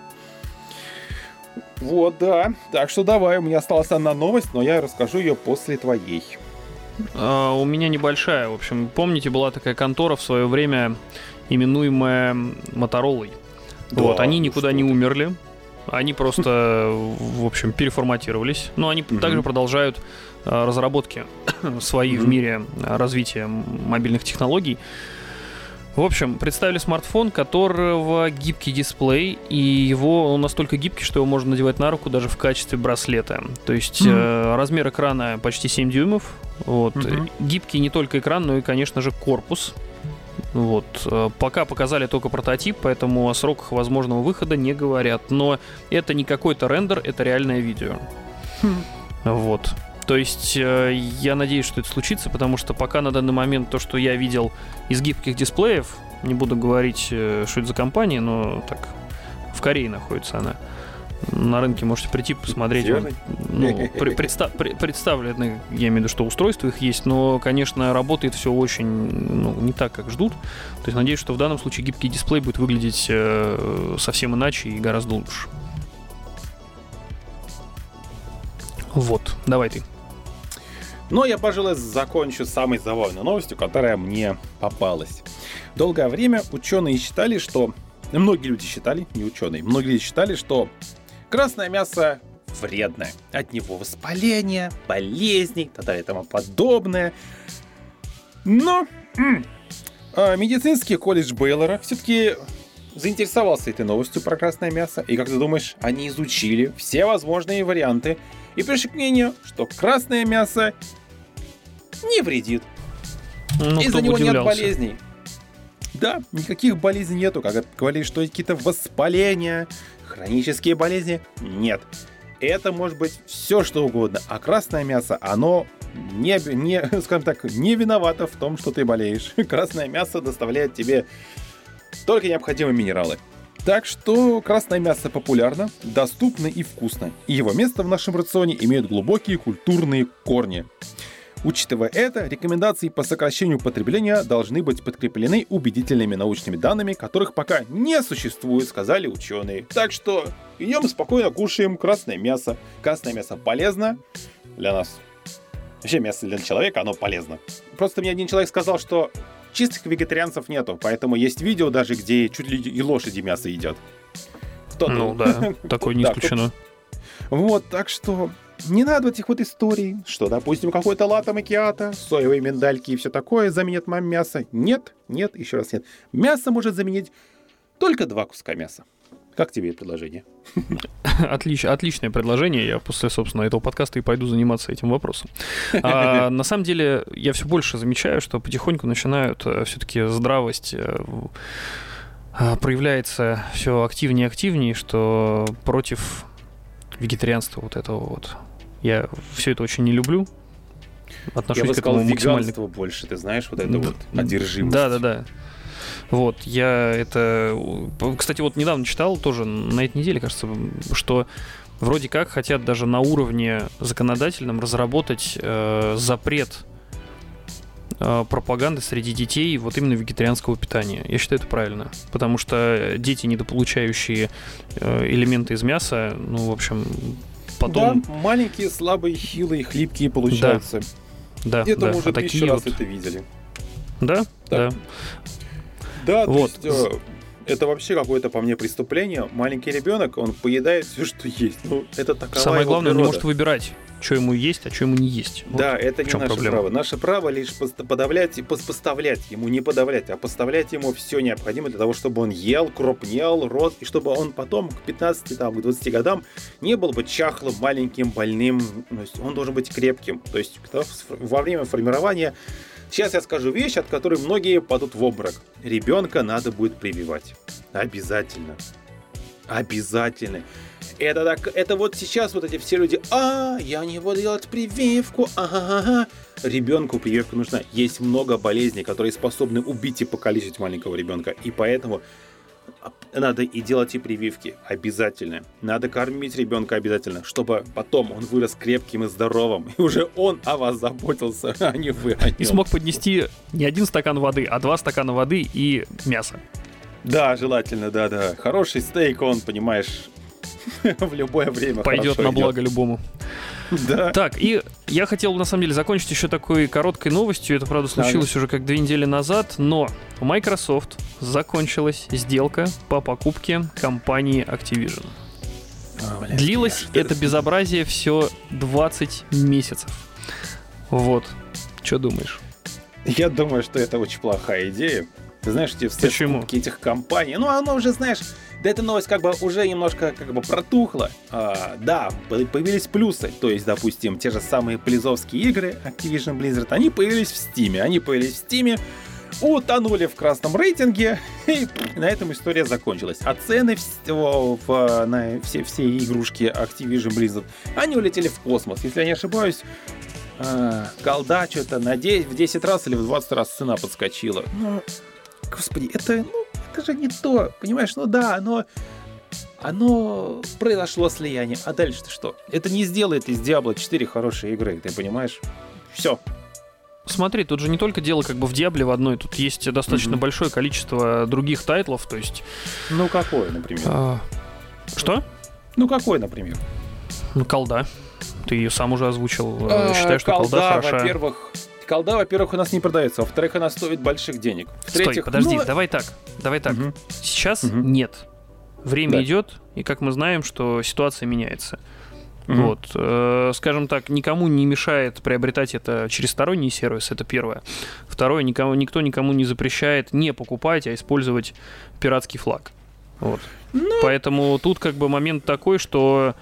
Вот, да. Так что давай, у меня осталась одна новость, но я расскажу ее после твоей. У меня небольшая. В общем, помните, была такая контора в свое время, именуемая Моторолой. Да, вот, они никуда не умерли. Они просто, в общем, переформатировались. Но они также продолжают разработки свои в мире развития мобильных технологий. В общем, представили смартфон, которого гибкий дисплей, и он настолько гибкий, что его можно надевать на руку даже в качестве браслета. То есть размер экрана почти 7 дюймов. Вот. Гибкий не только экран, но и, конечно же, корпус. Вот. Пока показали только прототип, поэтому о сроках возможного выхода не говорят. Но это не какой-то рендер, это реальное видео. Вот. То есть я надеюсь, что это случится, потому что пока на данный момент то, что я видел из гибких дисплеев, не буду говорить, что это за компания, но так, в Корее находится она. На рынке можете прийти, посмотреть. Представлены, я имею в виду, что устройства их есть, но, конечно, работает все очень не так, как ждут. То есть надеюсь, что в данном случае гибкий дисплей будет выглядеть совсем иначе и гораздо лучше. Вот, давай ты. Но я, пожалуй, закончу самой забавной новостью, которая мне попалась. Долгое время ученые считали, что... Многие люди считали, не ученые, многие люди считали, что красное мясо вредное. От него воспаление, болезни, и тому подобное. Но медицинский колледж Бейлора все-таки заинтересовался этой новостью про красное мясо. И, как ты думаешь, они изучили все возможные варианты и пришли к мнению, что красное мясо не вредит. Из-за него нет болезней. Да, никаких болезней нету. Как говорили, что какие-то воспаления, хронические болезни. Нет. Это может быть все, что угодно. А красное мясо, оно скажем так, не виновато в том, что ты болеешь. Красное мясо доставляет тебе только необходимые минералы. Так что красное мясо популярно, доступно и вкусно. И его место в нашем рационе имеют глубокие культурные корни. Учитывая это, рекомендации по сокращению потребления должны быть подкреплены убедительными научными данными, которых пока не существует, сказали ученые. Так что идем спокойно кушаем красное мясо. Красное мясо полезно для нас. Вообще мясо для человека, оно полезно. Просто мне один человек сказал, что чистых вегетарианцев нету, поэтому есть видео даже, где чуть ли и лошади мясо едят. Да, такое не исключено. Вот, так что не надо этих вот историй, что, допустим, какой-то латте макиато, соевые миндальки и все такое заменят вам мясо. Нет, еще раз нет. Мясо может заменить только 2 куска мяса. Как тебе предложение? Отличное предложение. Я после, собственно, этого подкаста и пойду заниматься этим вопросом. На самом деле, я все больше замечаю, что потихоньку начинают все-таки здравость проявляется все активнее и активнее, что против вегетарианства вот этого вот. Я все это очень не люблю. Отношусь к этому максимально. Веганство больше, ты знаешь, вот это вот одержимость. Да. Вот, я это... Кстати, вот недавно читал, тоже на этой неделе, кажется, что вроде как хотят даже на уровне законодательном разработать запрет пропаганды среди детей вот именно вегетарианского питания. Я считаю, это правильно. Потому что дети, недополучающие элементы из мяса, в общем, потом... Да, маленькие, слабые, хилые, хлипкие получаются. Да, это мы уже 1000 раз это видели. Да. Да, вот. То есть, это вообще какое-то, по мне, преступление. Маленький ребенок, он поедает все, что есть. Это такова Самое главное, его он не может выбирать, что ему есть, а что ему не есть. Да, вот это не наше проблема. Право. Наше право лишь подавлять и поставлять ему, не подавлять, а поставлять ему все необходимое для того, чтобы он ел, крупнел, рос, и чтобы он потом к 15, к 20 годам не был бы чахлым, маленьким, больным. Он должен быть крепким. То есть во время формирования... Сейчас я скажу вещь, от которой многие падут в обморок. Ребенка надо будет прививать. Обязательно. Это вот сейчас вот эти все люди, я не буду делать прививку, Ребенку прививка нужна. Есть много болезней, которые способны убить и покалечить маленького ребенка. И поэтому надо и делать и прививки. Обязательно. Надо кормить ребенка обязательно, чтобы потом он вырос крепким и здоровым. И уже он о вас заботился, а не вы о нем. И смог поднести не 1 стакан воды, а 2 стакана воды и мясо. Да, желательно, да. Хороший стейк, он, понимаешь, в любое время пойдет на благо любому. Да. Так, и я хотел, на самом деле, закончить еще такой короткой новостью. Это, правда, случилось уже как 2 недели назад, но у Microsoft закончилась сделка по покупке компании Activision. Длилось это безобразие все 20 месяцев. Вот. Что думаешь? Я думаю, что это очень плохая идея. Ты знаешь, все скупки этих компаний, оно уже, знаешь, да эта новость как бы уже немножко как бы протухла. Да, появились плюсы. То есть, допустим, те же самые близовские игры Activision Blizzard, они появились в Steam. Утонули в красном рейтинге, и на этом история закончилась. А цены на все игрушки Activision Blizzard, они улетели в космос. Если я не ошибаюсь, голда что-то в 10 раз или в 20 раз цена подскочила. Господи, это же не то, понимаешь? Оно произошло слияние. А дальше-то что? Это не сделает из Diablo 4 хорошие игры, ты понимаешь? Все. Смотри, тут же не только дело как бы в Диабле в одной, тут есть достаточно большое количество других тайтлов, то есть... Ну, какое, например? Что? Ну, какой, например? Колда. Ты ее сам уже озвучил. Считаю, что колда хороша. Колда, во-первых, у нас не продается, во-вторых, она стоит больших денег. Стой, подожди, давай так. Сейчас нет. Время идет, и как мы знаем, что ситуация меняется. Вот, скажем так, никому не мешает приобретать это через сторонний сервис, это первое. Второе, никто никому не запрещает не покупать, а использовать пиратский флаг. Вот. Поэтому тут как бы момент такой, что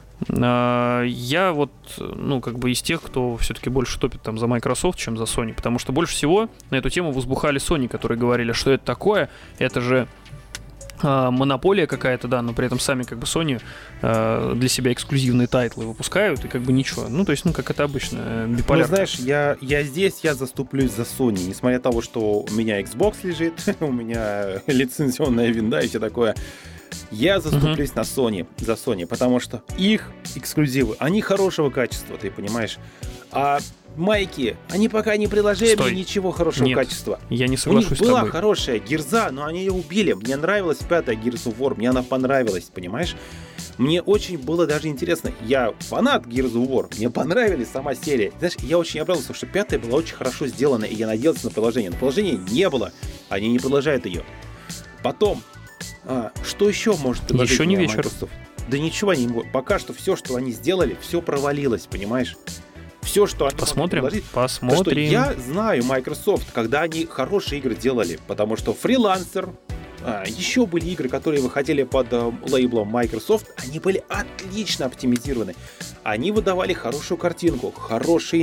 я вот, как бы из тех, кто все-таки больше топит там за Microsoft, чем за Sony, потому что больше всего на эту тему возбухали Sony, которые говорили, что это такое, это же монополия какая-то, да, но при этом сами как бы Sony для себя эксклюзивные тайтлы выпускают, и как бы ничего. То есть, как это обычно, биполярка. Знаешь, я заступлюсь за Sony, несмотря на то, что у меня Xbox лежит, у меня лицензионная винда и все такое. Я заступлюсь за Sony, потому что их эксклюзивы, они хорошего качества, ты понимаешь? А майки, они пока не приложили мне ничего хорошего качества. Я не соглашусь с тобой. У них была хорошая Гирза, но они ее убили. Мне нравилась 5-я Gears of War, мне она понравилась, понимаешь? Мне очень было даже интересно. Я фанат Gears of War, мне понравилась сама серия. Знаешь, я очень обрадовался, что 5-я была очень хорошо сделана, и я надеялся на продолжение. Но продолжения не было, они не продолжают ее. Потом, что еще может предложить еще не вечер. Microsoft? Да ничего не может. Пока что все, что они сделали, все провалилось, понимаешь? Все, что они посмотрим. Что я знаю Microsoft, когда они хорошие игры делали, потому что фрилансер, еще были игры, которые выходили под лейблом Microsoft, они были отлично оптимизированы. Они выдавали хорошую картинку, хорошая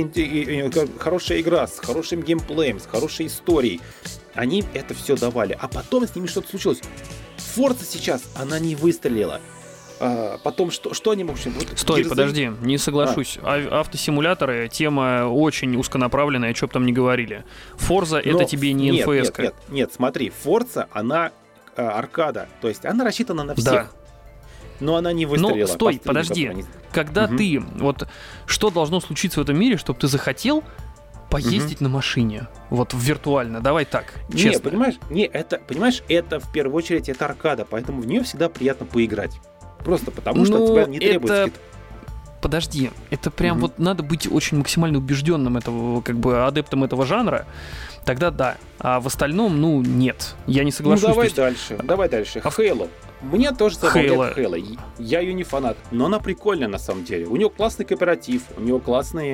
игра с хорошим геймплеем, с хорошей историей. Они это все давали. А потом с ними что-то случилось. Forza сейчас, она не выстрелила. Потом, что они могут... Стой, подожди, не соглашусь. Автосимуляторы, тема очень узконаправленная, что бы там ни говорили. Forza это тебе не НФС-ка. Нет, смотри, Forza, она аркада, то есть она рассчитана на всех. Да. Но она не выстрелила. Стой, подожди. Когда ты... Вот что должно случиться в этом мире, чтобы ты захотел поездить на машине? Вот виртуально, давай так, честно. Понимаешь, это в первую очередь это аркада, поэтому в нее всегда приятно поиграть. Просто потому, что от тебя не требуется... Подожди, это прям вот надо быть очень максимально убежденным этого, как бы адептом этого жанра, тогда да. А в остальном, нет. Я не соглашусь. Давай дальше. Halo. Мне тоже забавляет Halo. Я ее не фанат, но она прикольная на самом деле. У нее классный кооператив, у нее классный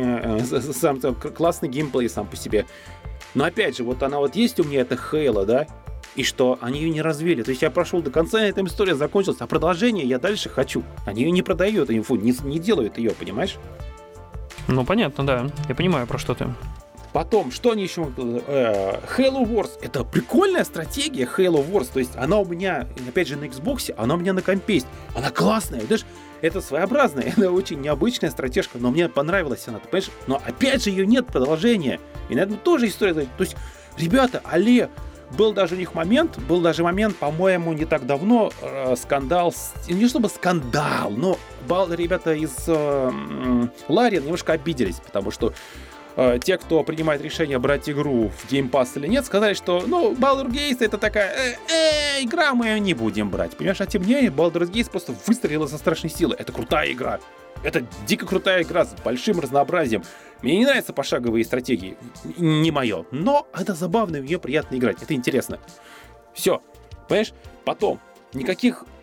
геймплей сам по себе. Но опять же, вот она вот есть у меня, это Halo, да? И что они ее не развили. То есть я прошел до конца, эта история закончилась, а продолжение я дальше хочу. Они ее не продают, не делают ее, понимаешь? Понятно, да. Я понимаю, про что ты. Потом, что они еще... Halo Wars. Это прикольная стратегия Halo Wars. То есть она у меня, опять же, на Xbox, она у меня на компе есть. Она классная, знаешь? Это своеобразная, это очень необычная стратежка, но мне понравилась она, ты понимаешь? Но опять же ее нет продолжения. И на этом тоже история. То есть, ребята, был даже у них момент, по-моему, не так давно, скандал, не чтобы скандал, но ребята из Larian немножко обиделись, потому что те, кто принимает решение брать игру в Game Pass или нет, сказали, что, Baldur's Gate это такая игра, мы ее не будем брать. Понимаешь, а тем не менее, Baldur's Gate просто выстрелила со страшной силой. Это крутая игра. Это дико крутая игра с большим разнообразием. Мне не нравятся пошаговые стратегии. Не мое. Но это забавно, в нее приятно играть. Это интересно. Все. Понимаешь? Потом. Никаких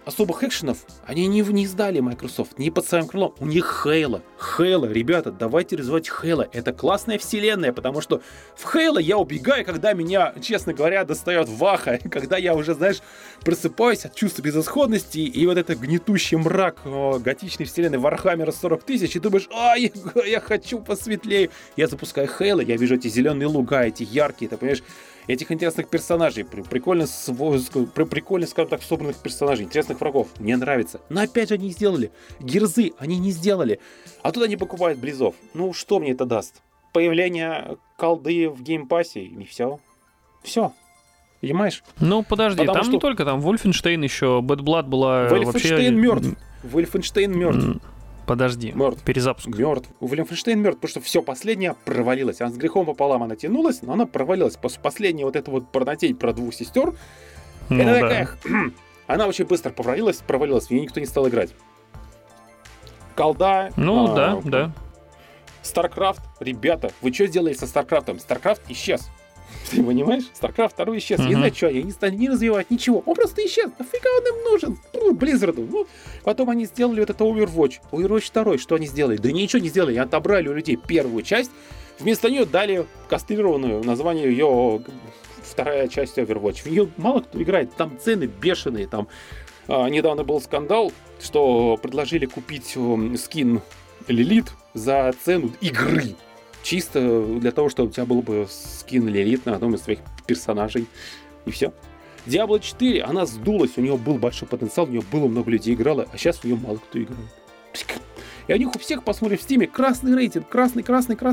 особых экшенов они не издали Microsoft, не под своим крылом. У них Halo. Halo, ребята, давайте развивать Halo. Это классная вселенная, потому что в Halo я убегаю, когда меня, честно говоря, достает ваха, когда я уже, знаешь, просыпаюсь от чувства безысходности и вот это гнетущий мрак готичной вселенной Warhammer 40 тысяч, и думаешь, я хочу посветлее. Я запускаю Halo, я вижу эти зеленые луга, эти яркие, ты понимаешь, этих интересных персонажей, прикольно, скажем так, собранных персонажей, интересных врагов. Мне нравится. Но опять же они сделали. Гирзы они не сделали. А тут они покупают Близов. Ну, что мне это даст? Появление колды в геймпассе, и все. Все. Понимаешь? Ну, подожди, Потому там что... не только, там Wolfenstein еще, Bad Blood была Wolfenstein вообще... мертв. Wolfenstein мертв. Подожди, мертв. Перезапуск. Мертв. Wolfenstein мертв, потому что все последнее провалилось. Она с грехом пополам она тянулась, но она провалилась. Последняя вот эта вот порнотень про двух сестер, Ну, это да. такая... Она очень быстро провалилась, в нее никто не стал играть. Колда... Ну, да. StarCraft, ребята, вы что сделали со StarCraft'ом? StarCraft исчез. Ты понимаешь? StarCraft 2 исчез. Я не знаю, что, я не стали не развивать ничего. Он просто исчез. Нафига он им нужен? Blizzard'у. Ну, потом они сделали вот это Overwatch. Overwatch 2. Что они сделали? Да ничего не сделали. Отобрали у людей первую часть. Вместо нее дали кастрированную название ее вторая часть Overwatch. В нее мало кто играет. Там цены бешеные. Там недавно был скандал, что предложили купить скин Лилит за цену игры. Чисто для того, чтобы у тебя был бы скин Лилит на одном из своих персонажей. И все. Diablo 4, она сдулась, у нее был большой потенциал, у нее было много людей играло, а сейчас в нее мало кто играет. И у них у всех, посмотрим в Steam, красный рейтинг, красный.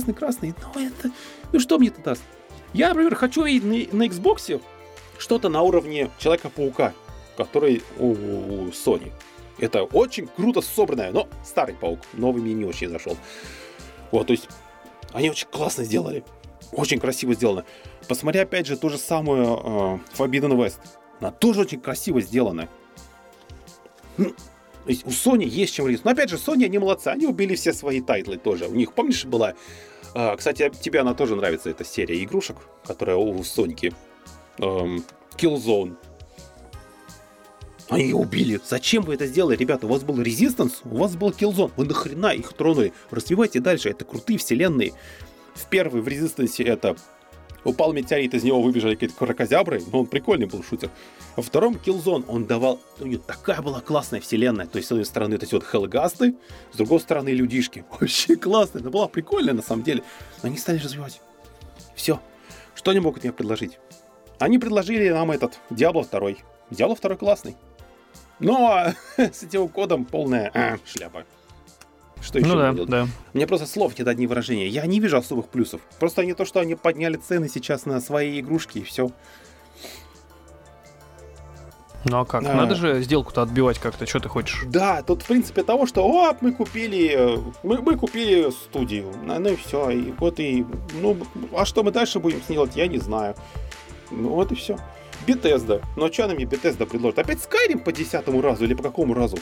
Ну что мне это даст? Я, например, хочу видеть на Xbox что-то на уровне Человека-паука, который у Sony. Это очень круто собранное, но старый паук, новый мне не очень зашел. Вот, то есть они очень классно сделали. Очень красиво сделано. Посмотри, опять же, ту же самую Forbidden West. Она тоже очень красиво сделана. То есть у Sony есть чем рисовать. Но опять же, Sony, они молодцы. Они убили все свои тайтлы тоже. У них, помнишь, была... кстати, тебе она тоже нравится, эта серия игрушек, которая у Соньки. Killzone. Они ее убили. Зачем вы это сделали, ребята? У вас был Resistance, у вас был Killzone. Вы нахрена их тронули? Развивайте дальше. Это крутые вселенные. В первой, в Resistance, это упал метеорит, из него выбежали какие-то крокозябры, но он прикольный был шутер. Во втором Killzone он давал... У него такая была классная вселенная. То есть, с одной стороны, это все вот хелгасты, с другой стороны, людишки. Вообще классно. Это была прикольная, на самом деле. Но они стали развивать. Все. Что они могут мне предложить? Они предложили нам этот Diablo 2. Diablo 2 классный. Но с этим кодом полная шляпа. Что еще? Ну да. Мне просто слов нет, одни выражения. Я не вижу особых плюсов. Просто не то, что они подняли цены сейчас на свои игрушки и все. Ну а как? Надо же сделку-то отбивать как-то. Что ты хочешь? Да, тут в принципе того, что мы купили студию. Ну и все. И вот и. Ну, а что мы дальше будем делать, я не знаю. Ну вот и все. Bethesda. Ну что нам мне Bethesda предложит? Опять Skyrim по 10-му разу или по какому разу?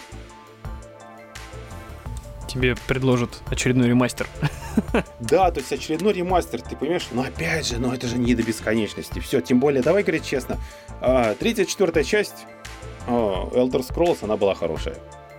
Тебе предложат очередной ремастер. Да, то есть очередной ремастер, ты понимаешь? Но опять же, это же не до бесконечности. Все, тем более, давай говорить честно. 3-я, 4-я часть Elder Scrolls, она была хорошая.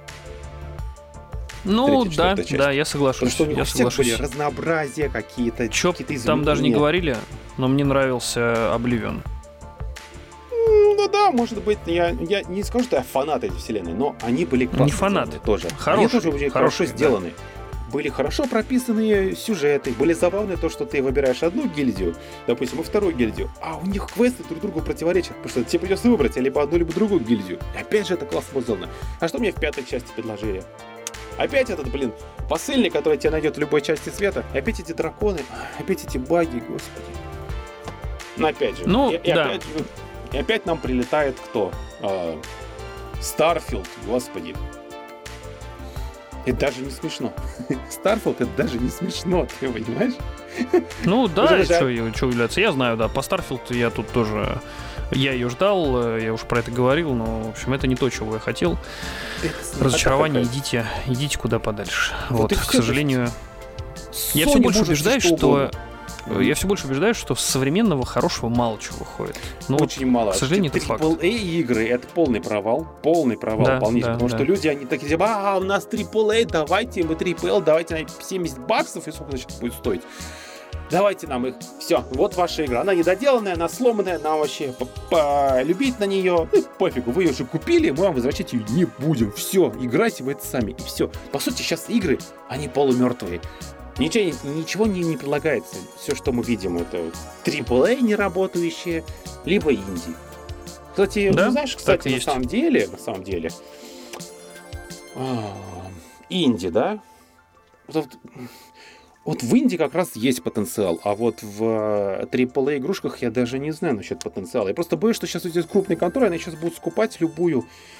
Ну, да, я соглашусь. Потому что у них всех были разнообразия какие-то изменения. Там даже не говорили, но мне нравился Oblivion. Ну да, может быть, я не скажу, что я фанат этой вселенной, но они были классные. Не фанат. Тоже. Хорошие, они тоже очень хорошо сделаны. Были хорошо прописанные сюжеты, были забавные то, что ты выбираешь одну гильдию, допустим, и вторую гильдию, а у них квесты друг другу противоречат, потому что тебе придется выбрать либо одну, либо другую гильдию. И опять же, это классно сделано. А что мне в 5-й части предложили? Опять этот, посыльник, который тебя найдет в любой части света, и опять эти драконы, опять эти баги, господи. Но опять же, и опять нам прилетает кто? Starfield, господи. Это даже не смешно. Starfield это даже не смешно, ты понимаешь? Ну да, что является. Я знаю, да, по Starfield я тут тоже... Я ее ждал, я уж про это говорил, но, в общем, это не то, чего я хотел. Разочарование, идите куда подальше. Вот, к сожалению... Я все больше убеждаюсь, что я все больше убеждаюсь, что с современного хорошего мало чего выходит. Но очень мало. К сожалению, это факт. AAA игры — это полный провал Да, полнейший, да, потому да. что люди, они такие, типа, у нас AAA, давайте мы AAA, давайте на $70, и сколько значит будет стоить? Давайте нам их. Все, вот ваша игра. Она недоделанная, она сломанная, нам вообще полюбить на нее. Ну, пофигу, вы ее уже купили, мы вам возвращать ее не будем. Все, играйте в это сами. И все. По сути, сейчас игры, они полумертвые. Ничего не предлагается. Все, что мы видим, это AAA неработающие, либо инди. Кстати, Да, знаешь, кстати, на есть. самом деле, инди, да? Вот в инди как раз есть потенциал, а вот в AAA игрушках я даже не знаю насчет потенциала. Я просто боюсь, что сейчас вот эти крупные конторы, они сейчас будут скупать любую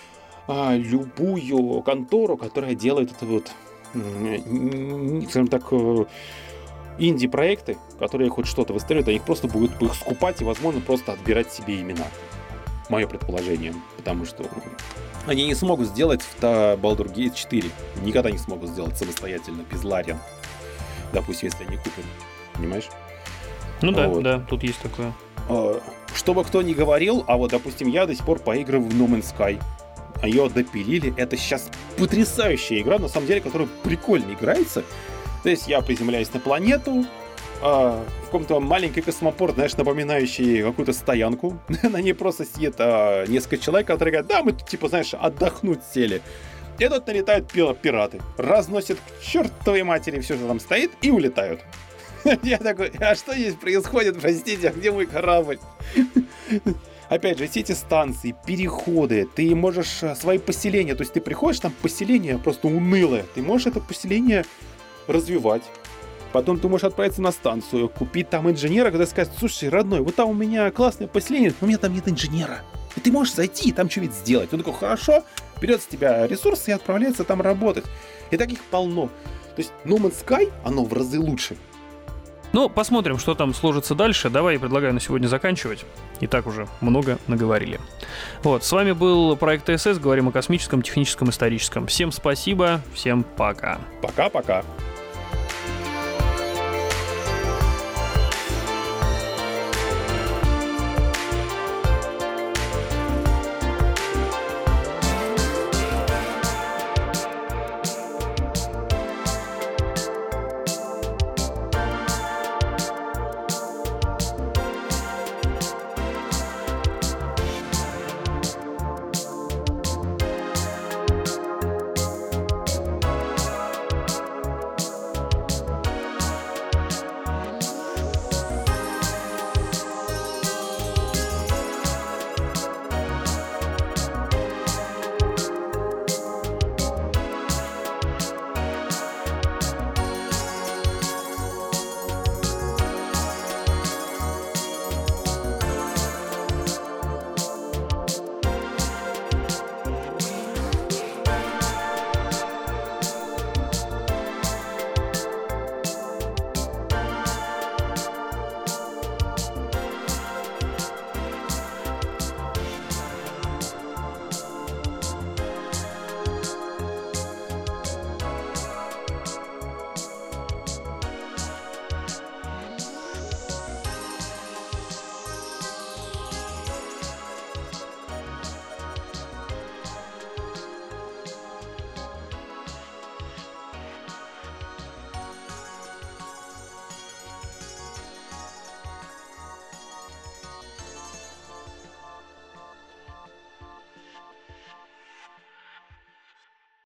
контору, которая делает это вот, скажем так, инди-проекты, которые хоть что-то выстреливают, они просто будут их скупать и, возможно, просто отбирать себе имена. Мое предположение. Потому что они не смогут сделать в Baldur's Gate 4. Никогда не смогут сделать самостоятельно, без Лариан. Допустим, если они купят. Понимаешь? Ну да, Вот. да, тут есть такое. Что бы кто ни говорил, а вот, допустим, я до сих пор поигрываю в No Man's Sky. Ее допилили. Это сейчас потрясающая игра, на самом деле, которая прикольно играется. То есть я приземляюсь на планету, в каком-то маленький космопорт, знаешь, напоминающий какую-то стоянку. На ней просто сидит несколько человек, которые говорят, да, мы тут, типа, знаешь, отдохнуть сели. И тут налетают пираты, разносят к чертовой матери все, что там стоит, и улетают. Я такой, а что здесь происходит, простите, а где мой корабль? Опять же, все эти станции, переходы, ты можешь свои поселения, то есть ты приходишь, там поселение просто унылое, ты можешь это поселение развивать. Потом ты можешь отправиться на станцию, купить там инженера, когда сказать, слушай, родной, вот там у меня классное поселение, но у меня там нет инженера. И ты можешь зайти и там что-нибудь сделать. Он такой, хорошо, берет с тебя ресурсы и отправляется там работать. И таких полно. То есть No Man's Sky, оно в разы лучше. Ну, посмотрим, что там сложится дальше. Давай, я предлагаю на сегодня заканчивать. И так уже много наговорили. Вот, с вами был проект ТСС. Говорим о космическом, техническом, историческом. Всем спасибо, всем пока. Пока-пока.